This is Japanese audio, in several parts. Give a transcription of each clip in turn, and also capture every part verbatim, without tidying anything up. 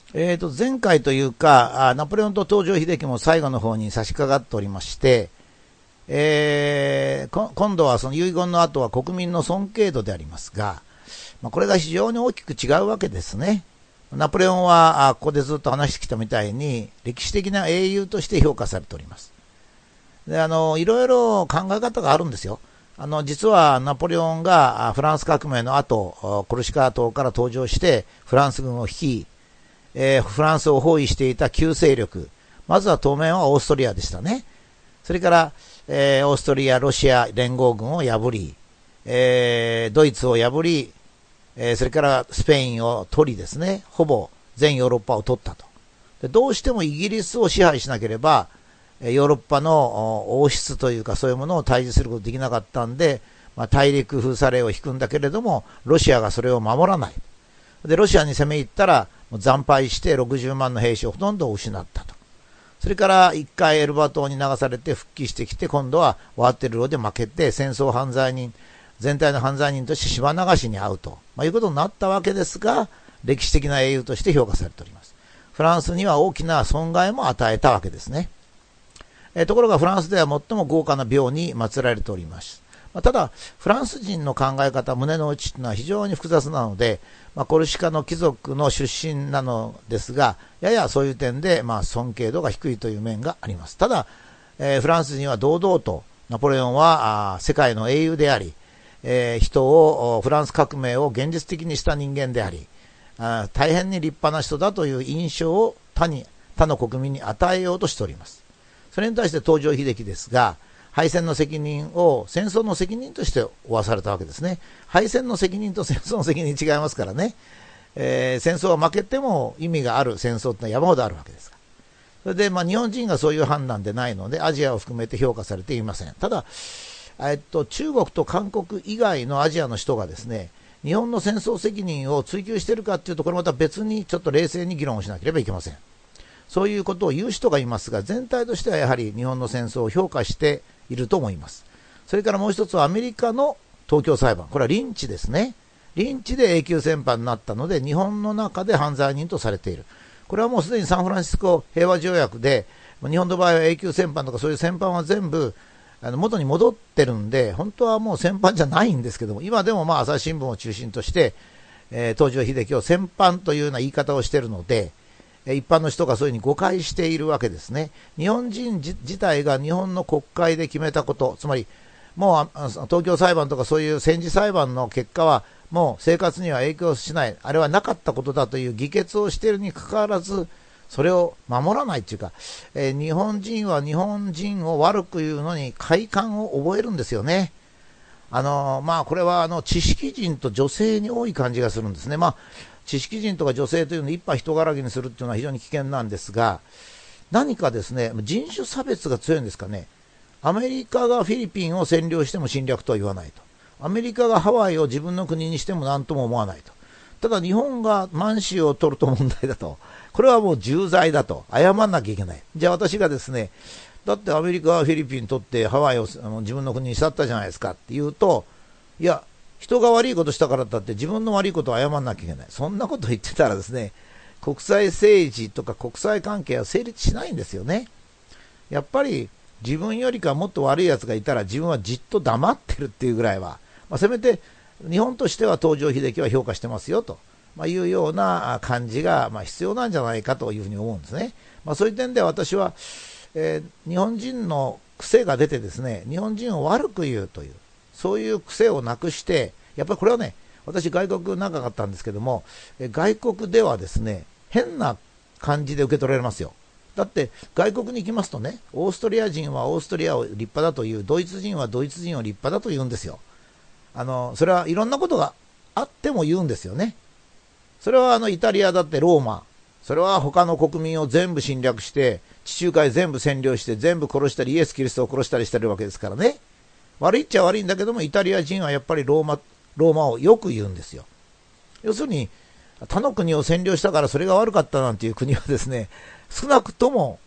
えーと、前回というか、ナポレオンと東条英機も最後の方に差し掛かっておりまして、えー、今度はその遺言の後は国民の尊敬度でありますが、まあ、これが非常に大きく違うわけですね。ナポレオンは、ここでずっと話してきたみたいに、歴史的な英雄として評価されております。で、あの、いろいろ考え方があるんですよ。あの、実はナポレオンがフランス革命の後、コルシカ島から登場して、フランス軍を率い、えー、フランスを包囲していた旧勢力。まずは当面はオーストリアでしたね。それから、えー、オーストリア、ロシア連合軍を破り、えー、ドイツを破り、えー、それからスペインを取りですね、ほぼ全ヨーロッパを取ったと。で、どうしてもイギリスを支配しなければ、ヨーロッパの王室というかそういうものを対峙することができなかったんで、まあ、大陸封鎖令を引くんだけれども、ロシアがそれを守らない。で、ロシアに攻め入ったら、惨敗してろくじゅうまんの兵士をほとんど失ったと。それから一回エルバ島に流されて復帰してきて、今度はワーテルローで負けて戦争犯罪人、全体の犯罪人として島流しに遭うと、まあ、いうことになったわけですが、歴史的な英雄として評価されております。フランスには大きな損害も与えたわけですね。えー、ところがフランスでは最も豪華な廟に祀られております。まあ、ただ、フランス人の考え方、胸の内というのは非常に複雑なので、まあ、コルシカの貴族の出身なのですが、ややそういう点で、まあ、尊敬度が低いという面があります。ただ、えー、フランス人は堂々と、ナポレオンはあ世界の英雄であり、えー、人を、フランス革命を現実的にした人間であり、あ大変に立派な人だという印象を他に、他の国民に与えようとしております。それに対して東条英機ですが、敗戦の責任を戦争の責任として負わされたわけですね。敗戦の責任と戦争の責任違いますからね。えー、戦争は負けても意味がある戦争ってのは山ほどあるわけですから。それで、まあ、日本人がそういう判断でないので、アジアを含めて評価されていません。ただ、えっと、中国と韓国以外のアジアの人がですね、日本の戦争責任を追及しているかっていうと、これまた別にちょっと冷静に議論をしなければいけません。そういうことを言う人がいますが、全体としてはやはり日本の戦争を評価していると思います。それからもう一つはアメリカの東京裁判。これはリンチですね。リンチで永久戦犯になったので、日本の中で犯罪人とされている。これはもうすでにサンフランシスコ平和条約で、日本の場合は永久戦犯とかそういう戦犯は全部あの元に戻ってるんで、本当はもう戦犯じゃないんですけども、今でもまあ朝日新聞を中心として、えー、東条英機を戦犯というような言い方をしているので、一般の人がそういうふうに誤解しているわけですね。日本人自体が日本の国会で決めたこと、つまりもう東京裁判とかそういう戦時裁判の結果はもう生活には影響しない、あれはなかったことだという議決をしているにかかわらず、それを守らないというか、えー、日本人は日本人を悪く言うのに快感を覚えるんですよね。あのー、まあこれはあの知識人と女性に多い感じがするんですね。まあ知識人とか女性というのを一派人柄にするっていうのは非常に危険なんですが、何かですね、人種差別が強いんですかね。アメリカがフィリピンを占領しても侵略とは言わないと。アメリカがハワイを自分の国にしても何とも思わないと。ただ日本が満州を取ると問題だと。これはもう重罪だと。謝んなきゃいけない。じゃあ私がですね、だってアメリカはフィリピン取ってハワイをあの自分の国にしたったじゃないですかって言うと、いや、人が悪いことしたからだって自分の悪いことを謝んなきゃいけない。そんなこと言ってたらですね、国際政治とか国際関係は成立しないんですよね。やっぱり自分よりかもっと悪い奴がいたら自分はじっと黙ってるっていうぐらいは、まあ、せめて日本としては東条英機は評価してますよと、まあ、いうような感じがまあ必要なんじゃないかというふうに思うんですね。まあ、そういう点で私は、えー、日本人の癖が出てですね、日本人を悪く言うという、そういう癖をなくして、やっぱりこれはね、私外国長かったんですけども、外国ではですね、変な感じで受け取られますよ。だって外国に行きますとね、オーストリア人はオーストリアを立派だという、ドイツ人はドイツ人を立派だと言うんですよ。あの、それはいろんなことがあっても言うんですよね。それはあのイタリアだってローマ、それは他の国民を全部侵略して、地中海全部占領して、全部殺したり、イエス・キリストを殺したりしてるわけですからね。悪いっちゃ悪いんだけども、イタリア人はやっぱりローマ、ローマをよく言うんですよ。要するに、他の国を占領したからそれが悪かったなんていう国はですね、少なくとも、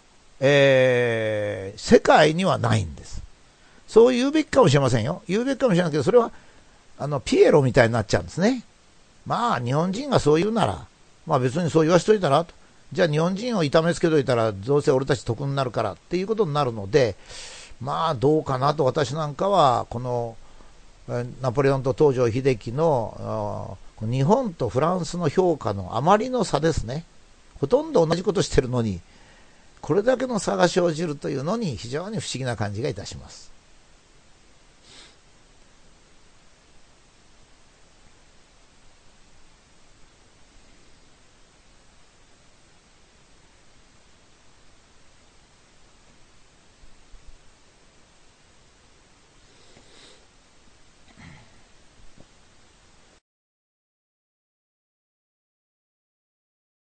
えー、世界にはないんです。そう言うべきかもしれませんよ。言うべきかもしれないけど、それは、あの、ピエロみたいになっちゃうんですね。まあ、日本人がそう言うなら、 まあ別にそう言わしといたらと。じゃあ日本人を痛めつけといたらどうせ俺たち得になるからっていうことになるので、まあどうかなと私なんかは、このナポレオンと東条英機の日本とフランスの評価のあまりの差ですね。ほとんど同じことしてるのに、これだけの差が生じるというのに非常に不思議な感じがいたします。